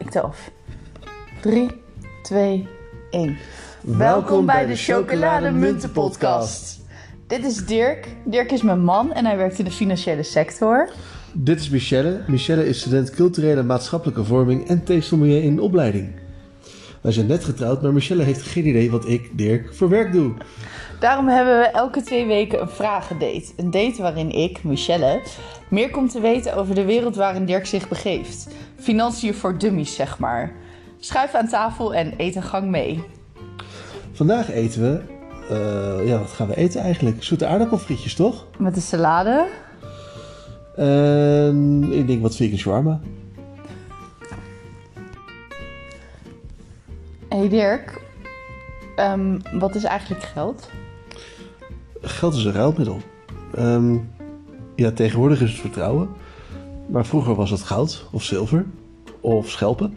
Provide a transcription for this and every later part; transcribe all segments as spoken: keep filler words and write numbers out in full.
Ik tel af. drie, twee, één. Welkom, Welkom bij bij de Chocolademunten podcast. Dit is Dirk. Dirk is mijn man en hij werkt in de financiële sector. Dit is Michelle. Michelle is student culturele en maatschappelijke vorming en textielmilieu in opleiding. Wij zijn net getrouwd, maar Michelle heeft geen idee wat ik, Dirk, voor werk doe. Daarom hebben we elke twee weken een vragendate. Een date waarin ik, Michelle, meer komt te weten over de wereld waarin Dirk zich begeeft. Financiën voor dummies, zeg maar. Schuif aan tafel en eet een gang mee. Vandaag eten we... Uh, ja, wat gaan we eten eigenlijk? Zoete aardappelfrietjes, toch? Met een salade. En ik denk wat vegan shawarma. Hey Dirk, um, wat is eigenlijk geld? Geld is een ruilmiddel. Um, ja, tegenwoordig is het vertrouwen. Maar vroeger was het goud of zilver of schelpen.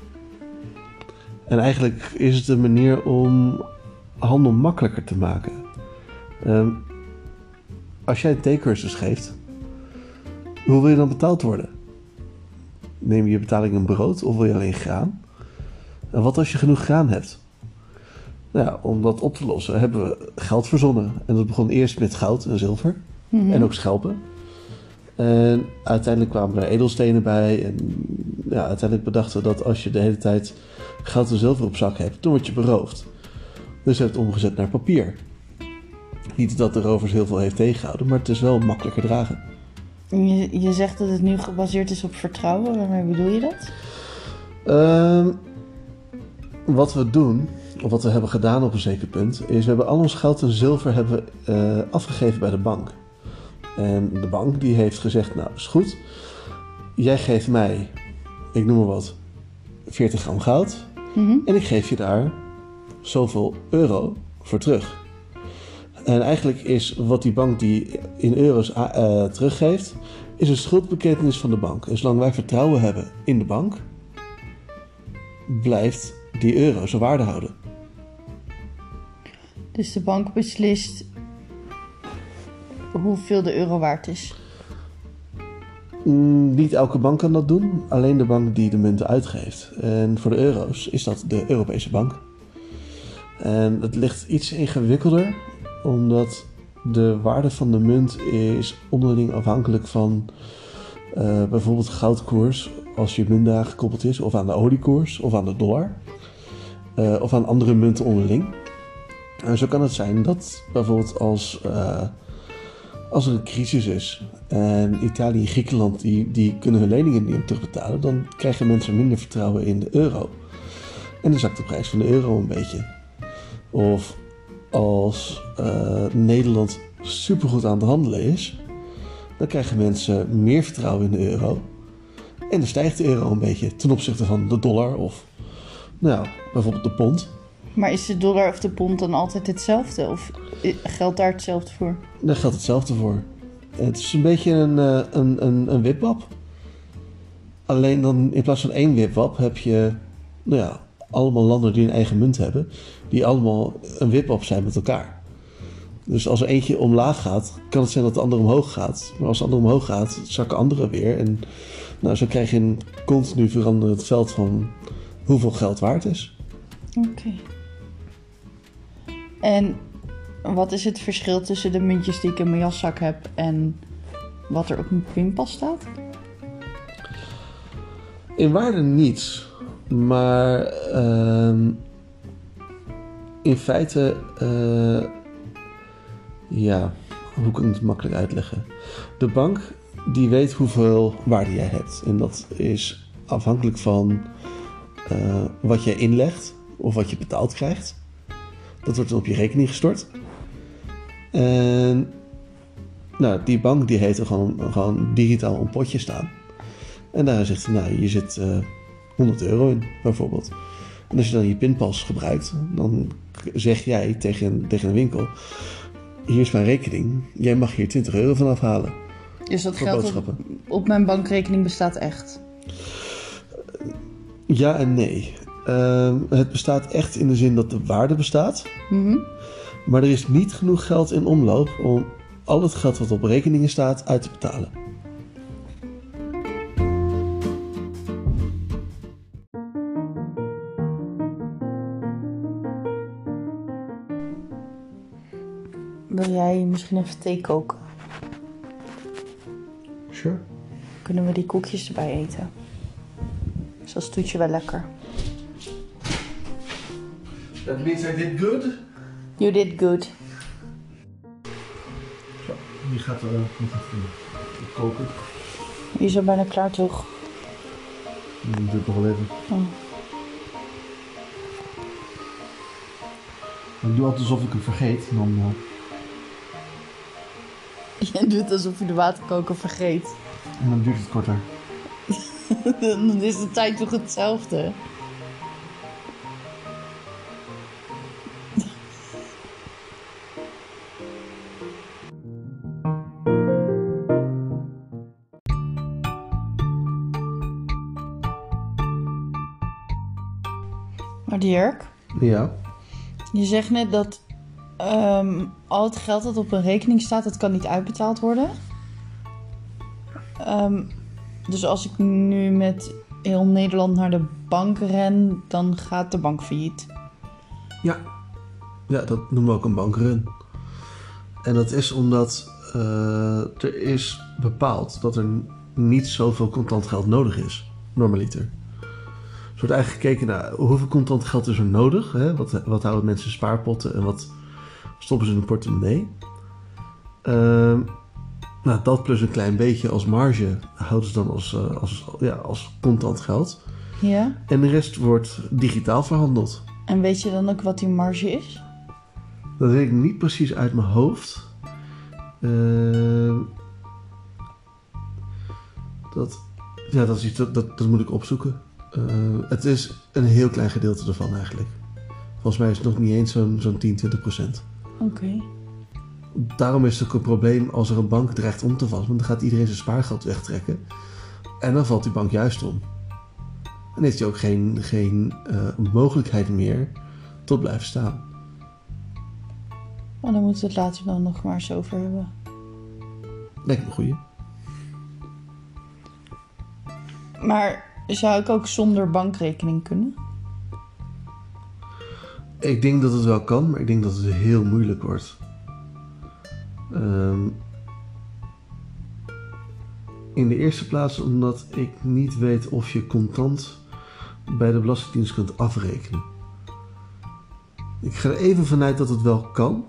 En eigenlijk is het een manier om handel makkelijker te maken. Um, als jij een theecursus geeft, hoe wil je dan betaald worden? Neem je je betaling in brood of wil je alleen graan? En wat als je genoeg graan hebt? Nou ja, om dat op te lossen hebben we geld verzonnen. En dat begon eerst met goud en zilver. Mm-hmm. En ook schelpen. En uiteindelijk kwamen er edelstenen bij. En ja, uiteindelijk bedachten we dat als je de hele tijd goud en zilver op zak hebt, dan word je beroofd. Dus we hebben het omgezet naar papier. Niet dat de rovers heel veel heeft tegengehouden, maar het is wel makkelijker dragen. Je, je zegt dat het nu gebaseerd is op vertrouwen. Waarmee bedoel je dat? Uh, wat we doen, of wat we hebben gedaan op een zeker punt, is we hebben al ons goud en zilver hebben, uh, afgegeven bij de bank. En de bank die heeft gezegd, nou is goed, jij geeft mij, ik noem maar wat, veertig gram goud. Mm-hmm. En ik geef je daar zoveel euro voor terug. En eigenlijk is wat die bank die in euro's uh, teruggeeft, is een schuldbekentenis van de bank. En zolang wij vertrouwen hebben in de bank, blijft die euro zijn waarde houden. Dus de bank beslist hoeveel de euro waard is? Mm, niet elke bank kan dat doen. Alleen de bank die de munten uitgeeft. En voor de euro's is dat de Europese bank. En het ligt iets ingewikkelder, omdat de waarde van de munt is onderling afhankelijk van uh, bijvoorbeeld goudkoers, als je munt daar gekoppeld is, of aan de oliekoers, of aan de dollar, uh, of aan andere munten onderling. En zo kan het zijn dat bijvoorbeeld als, uh, als er een crisis is en Italië en Griekenland die, die kunnen hun leningen niet terugbetalen, dan krijgen mensen minder vertrouwen in de euro. En dan zakt de prijs van de euro een beetje. Of als uh, Nederland supergoed aan het handelen is, dan krijgen mensen meer vertrouwen in de euro. En dan stijgt de euro een beetje ten opzichte van de dollar of nou, bijvoorbeeld de pond. Maar is de dollar of de pond dan altijd hetzelfde? Of geldt daar hetzelfde voor? Daar geldt hetzelfde voor. Het is een beetje een, een, een, een wipwap. Alleen dan in plaats van één wipwap heb je nou ja, allemaal landen die een eigen munt hebben, die allemaal een wipwap zijn met elkaar. Dus als er eentje omlaag gaat, kan het zijn dat de andere omhoog gaat. Maar als de andere omhoog gaat, zakken anderen weer. En nou, zo krijg je een continu veranderend veld van hoeveel geld waard is. Oké. Okay. En wat is het verschil tussen de muntjes die ik in mijn jaszak heb en wat er op mijn pinpas staat? In waarde niets. Maar uh, in feite, uh, ja, hoe kan ik het makkelijk uitleggen? De bank die weet hoeveel waarde jij hebt. En dat is afhankelijk van uh, wat jij inlegt of wat je betaald krijgt. Dat wordt dan op je rekening gestort. En nou, die bank die heeft er gewoon, gewoon digitaal een potje staan. En daar zegt hij, nou, je zit uh, honderd euro in, bijvoorbeeld. En als je dan je pinpas gebruikt, dan zeg jij tegen, tegen een winkel, hier is mijn rekening, jij mag hier twintig euro van afhalen. Dus dat geld op, op mijn bankrekening bestaat echt? Ja en nee. Uh, het bestaat echt in de zin dat de waarde bestaat. Mm-hmm. Maar er is niet genoeg geld in omloop om al het geld wat op rekeningen staat uit te betalen. Wil jij misschien even thee koken? Sure. Kunnen we die koekjes erbij eten? Zoals doet je wel lekker. That means I did good. You did good. Zo, die gaat er nog even koken. Je is al bijna klaar, toch? Dat duurt nog wel even. Oh. Ik doe altijd alsof ik hem vergeet. Dan, uh... Je doet alsof je de waterkoker vergeet. En dan duurt het korter. Dan is de tijd toch hetzelfde? Maar Dirk, Ja. je zegt net dat um, al het geld dat op een rekening staat, dat kan niet uitbetaald worden. Um, dus als ik nu met heel Nederland naar de bank ren, dan gaat de bank failliet. Ja. Ja, dat noemen we ook een bankrun. En dat is omdat uh, er is bepaald dat er niet zoveel contant geld nodig is, normaliter. Er wordt eigenlijk gekeken naar hoeveel contant geld is er nodig. Hè? Wat, wat houden mensen in spaarpotten en wat stoppen ze in een portemonnee. Uh, nou, dat plus een klein beetje als marge houden ze dan als, uh, als, ja, als contant geld. Ja. En de rest wordt digitaal verhandeld. En weet je dan ook wat die marge is? Dat weet ik niet precies uit mijn hoofd. Uh, dat, ja, dat, is iets, dat, dat, dat moet ik opzoeken. Uh, het is een heel klein gedeelte ervan eigenlijk. Volgens mij is het nog niet eens zo'n, zo'n tien, twintig procent. Oké. Okay. Daarom is het ook een probleem als er een bank dreigt om te vallen. Want dan gaat iedereen zijn spaargeld wegtrekken. En dan valt die bank juist om. En heeft hij ook geen, geen uh, mogelijkheid meer tot blijven staan. Maar dan moeten we het later dan nog maar eens over hebben. Lijkt me een goeie. Maar zou ik ook zonder bankrekening kunnen? Ik denk dat het wel kan, maar ik denk dat het heel moeilijk wordt. Um, in de eerste plaats omdat ik niet weet of je contant bij de Belastingdienst kunt afrekenen. Ik ga er even vanuit dat het wel kan.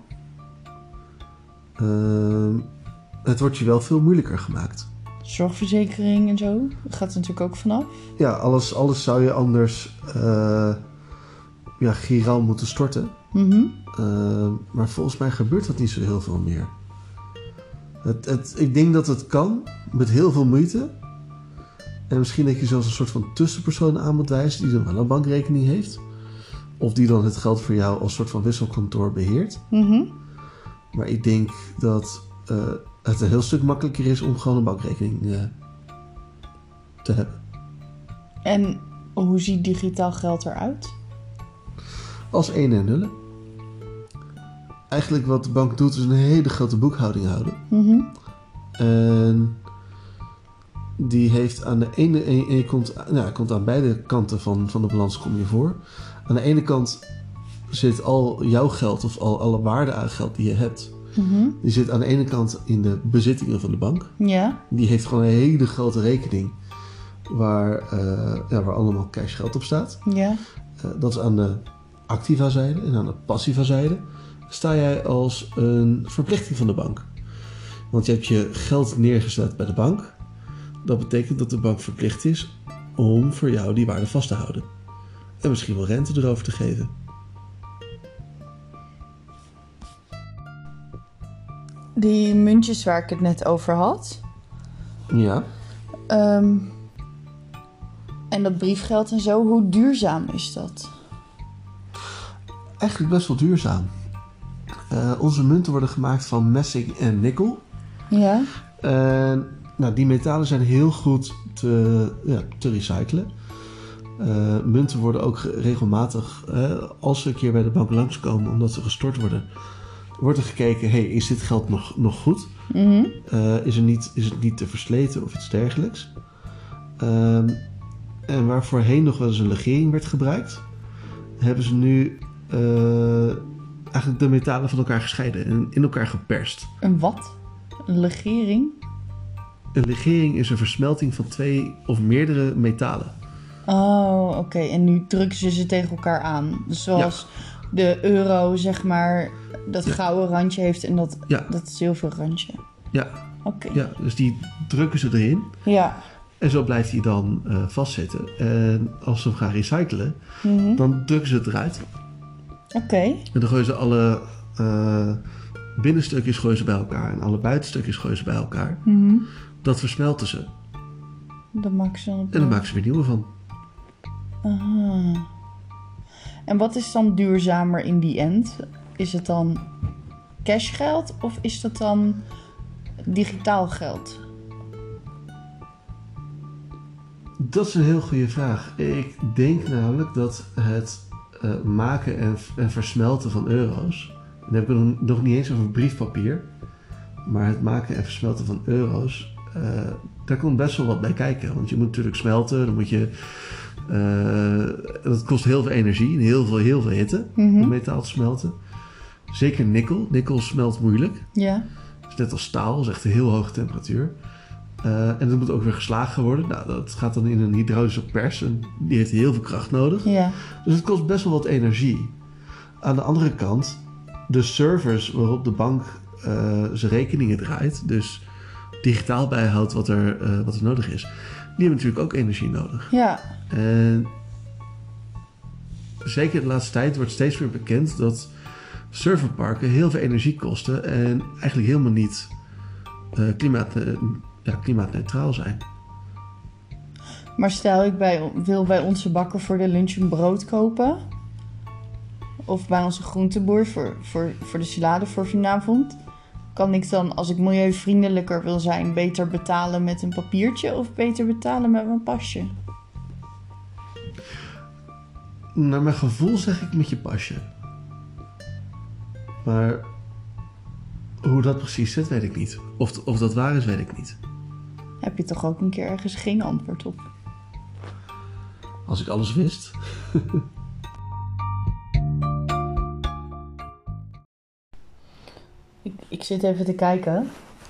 Um, het wordt je wel veel moeilijker gemaakt. Zorgverzekering en zo, dat gaat er natuurlijk ook vanaf. Ja, alles, alles zou je anders uh, ja, giraal moeten storten. Mm-hmm. Uh, maar volgens mij gebeurt dat niet zo heel veel meer. Het, het, ik denk dat het kan, met heel veel moeite. En misschien dat je zelfs een soort van tussenpersoon aan moet wijzen die dan wel een bankrekening heeft. Of die dan het geld voor jou als soort van wisselkantoor beheert. Mm-hmm. Maar ik denk dat uh, het een heel stuk makkelijker is om gewoon een bankrekening uh, te hebben. En hoe ziet digitaal geld eruit? Als één en nullen. Eigenlijk wat de bank doet is een hele grote boekhouding houden. Mm-hmm. En die heeft aan de ene... En je komt, nou, je komt aan beide kanten van, van de balans kom je voor. Aan de ene kant zit al jouw geld of al alle waarde aan geld die je hebt. Mm-hmm. Die zit aan de ene kant in de bezittingen van de bank. Ja. Die heeft gewoon een hele grote rekening waar, uh, ja, waar allemaal cash geld op staat. Ja. Uh, dat is aan de activa zijde. En aan de passiva zijde sta jij als een verplichting van de bank. Want je hebt je geld neergezet bij de bank. Dat betekent dat de bank verplicht is om voor jou die waarde vast te houden. En misschien wel rente erover te geven. Die muntjes waar ik het net over had. Ja. Um, en dat briefgeld en zo, hoe duurzaam is dat? Eigenlijk best wel duurzaam. Uh, onze munten worden gemaakt van messing en nikkel. Ja. En nou, die metalen zijn heel goed te, ja, te recyclen. Uh, munten worden ook regelmatig, uh, als ze een keer bij de bank langskomen omdat ze gestort worden, wordt er gekeken, hey, is dit geld nog, nog goed? Mm-hmm. Uh, is, er niet, is het niet te versleten of iets dergelijks? Uh, en waar voorheen nog wel eens een legering werd gebruikt, hebben ze nu uh, eigenlijk de metalen van elkaar gescheiden en in elkaar geperst. Een wat? Een legering? Een legering is een versmelting van twee of meerdere metalen. Oh, oké. Okay. En nu drukken ze ze tegen elkaar aan. Dus zoals ja. de euro, zeg maar, dat ja. gouden randje heeft en dat, ja. dat zilveren randje. Ja. Oké. Okay. Ja, dus die drukken ze erin. Ja. En zo blijft hij dan uh, vastzitten. En als ze hem gaan recyclen, mm-hmm. dan drukken ze het eruit. Oké. Okay. En dan gooien ze alle uh, binnenstukjes gooien ze bij elkaar en alle buitenstukjes gooien ze bij elkaar. Mm-hmm. Dat versmelten ze. Dat maken ze dan en dan maken ze weer nieuwe van. Aha. En wat is dan duurzamer in die end? Is het dan cashgeld of is dat dan digitaal geld? Dat is een heel goede vraag. Ik denk namelijk dat het uh, maken en, en versmelten van euro's... dan heb ik het nog niet eens over briefpapier... maar het maken en versmelten van euro's... Uh, daar komt best wel wat bij kijken. Want je moet natuurlijk smelten, dan moet je... Uh, dat kost heel veel energie en heel veel, heel veel hitte mm-hmm. om metaal te smelten. Zeker nikkel. Nikkel smelt moeilijk. Ja. Het is net als staal, dat is echt een heel hoge temperatuur. Uh, en dat moet ook weer geslagen worden. Nou, dat gaat dan in een hydraulische pers en die heeft heel veel kracht nodig. Ja. Dus het kost best wel wat energie. Aan de andere kant, de servers waarop de bank uh, zijn rekeningen draait, dus digitaal bijhoudt wat er, uh, wat er nodig is, die hebben natuurlijk ook energie nodig. Ja. En zeker in de laatste tijd wordt steeds meer bekend dat serverparken heel veel energie kosten en eigenlijk helemaal niet uh, klimaat, uh, ja, klimaatneutraal zijn. Maar stel ik bij, wil bij onze bakker voor de lunch een brood kopen, of bij onze groenteboer voor, voor, voor de salade voor vanavond, kan ik dan, als ik milieuvriendelijker wil zijn, beter betalen met een papiertje of beter betalen met mijn pasje? Naar mijn gevoel zeg ik met je pasje. Maar hoe dat precies zit, weet ik niet. Of, of dat waar is, weet ik niet. Heb je toch ook een keer ergens geen antwoord op? Als ik alles wist. ik, ik zit even te kijken.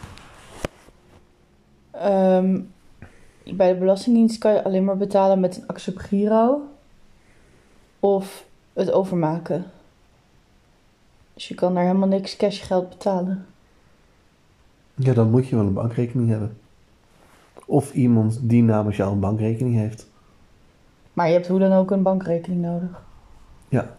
Um, bij de Belastingdienst kan je alleen maar betalen met een Accept Giro of het overmaken. Dus je kan daar helemaal niks cashgeld betalen. Ja, dan moet je wel een bankrekening hebben. Of iemand die namens jou een bankrekening heeft. Maar je hebt hoe dan ook een bankrekening nodig. Ja.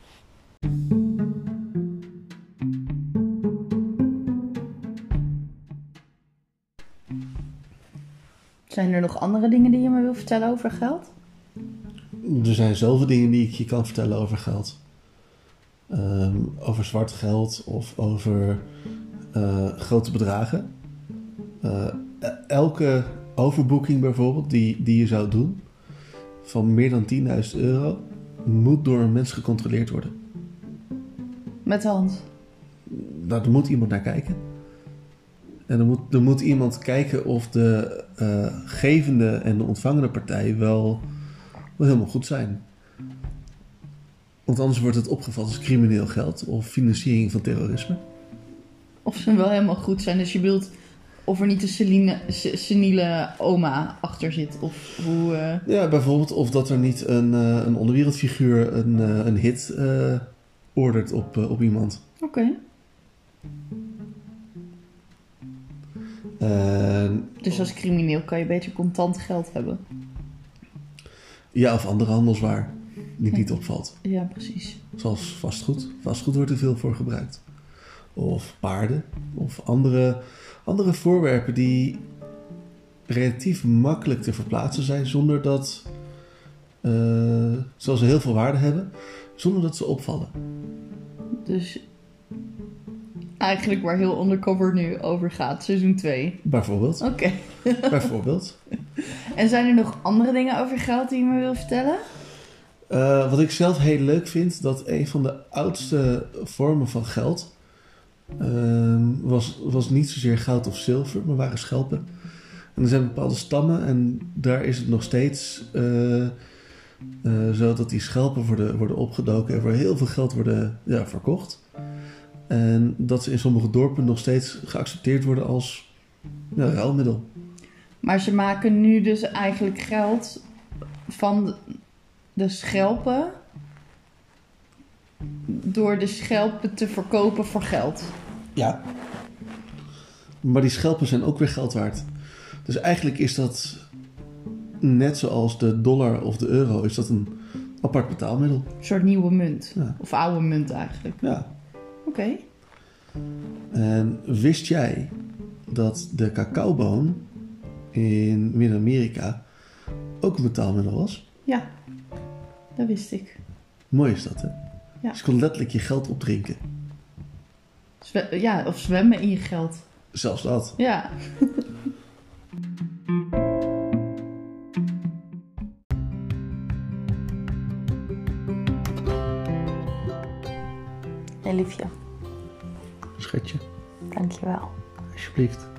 Zijn er nog andere dingen die je me wil vertellen over geld? Er zijn zoveel dingen die ik je kan vertellen over geld. Um, over zwart geld of over uh, grote bedragen. Uh, elke overboeking bijvoorbeeld die, die je zou doen van meer dan tienduizend euro moet door een mens gecontroleerd worden. Met de hand? Nou, er moet iemand naar kijken. En er moet, er moet iemand kijken of de uh, gevende en de ontvangende partij wel, wel helemaal goed zijn. Want anders wordt het opgevat als crimineel geld of financiering van terrorisme. Of ze wel helemaal goed zijn. Dus je bedoelt of er niet een seline, seniele oma achter zit. Of hoe... Uh... Ja, bijvoorbeeld of dat er niet een, uh, een onderwereldfiguur een, uh, een hit uh, ordert op, uh, op iemand. Oké. Okay. Uh, dus als crimineel kan je beter contant geld hebben. Ja, of andere handelswaar die niet opvalt. Ja, precies. Zoals vastgoed. Vastgoed wordt er veel voor gebruikt. Of paarden. Of andere, andere voorwerpen die relatief makkelijk te verplaatsen zijn zonder dat, uh, zoals ze heel veel waarde hebben, zonder dat ze opvallen. Dus eigenlijk waar heel Undercover nu over gaat, seizoen twee. Bijvoorbeeld. Oké. Okay. Bijvoorbeeld. En zijn er nog andere dingen over geld die je me wil vertellen? Uh, wat ik zelf heel leuk vind, dat een van de oudste vormen van geld uh, was, was niet zozeer goud of zilver, maar waren schelpen. En er zijn bepaalde stammen en daar is het nog steeds uh, uh, zo dat die schelpen worden, worden opgedoken en voor heel veel geld worden ja, verkocht. En dat ze in sommige dorpen nog steeds geaccepteerd worden als ja, ruilmiddel. Maar ze maken nu dus eigenlijk geld van de- de schelpen door de schelpen te verkopen voor geld. Ja. Maar die schelpen zijn ook weer geld waard. Dus eigenlijk is dat net zoals de dollar of de euro, is dat een apart betaalmiddel. Een soort nieuwe munt. Ja. Of oude munt eigenlijk. Ja. Oké. En wist jij dat de cacaoboon in Midden-Amerika ook een betaalmiddel was? Ja, dat wist ik. Mooi is dat, hè? Ja. Dus je kon letterlijk je geld opdrinken. Zwe- ja, of zwemmen in je geld. Zelfs dat. Ja. Hey liefje, Schatje, dankjewel. alsjeblieft.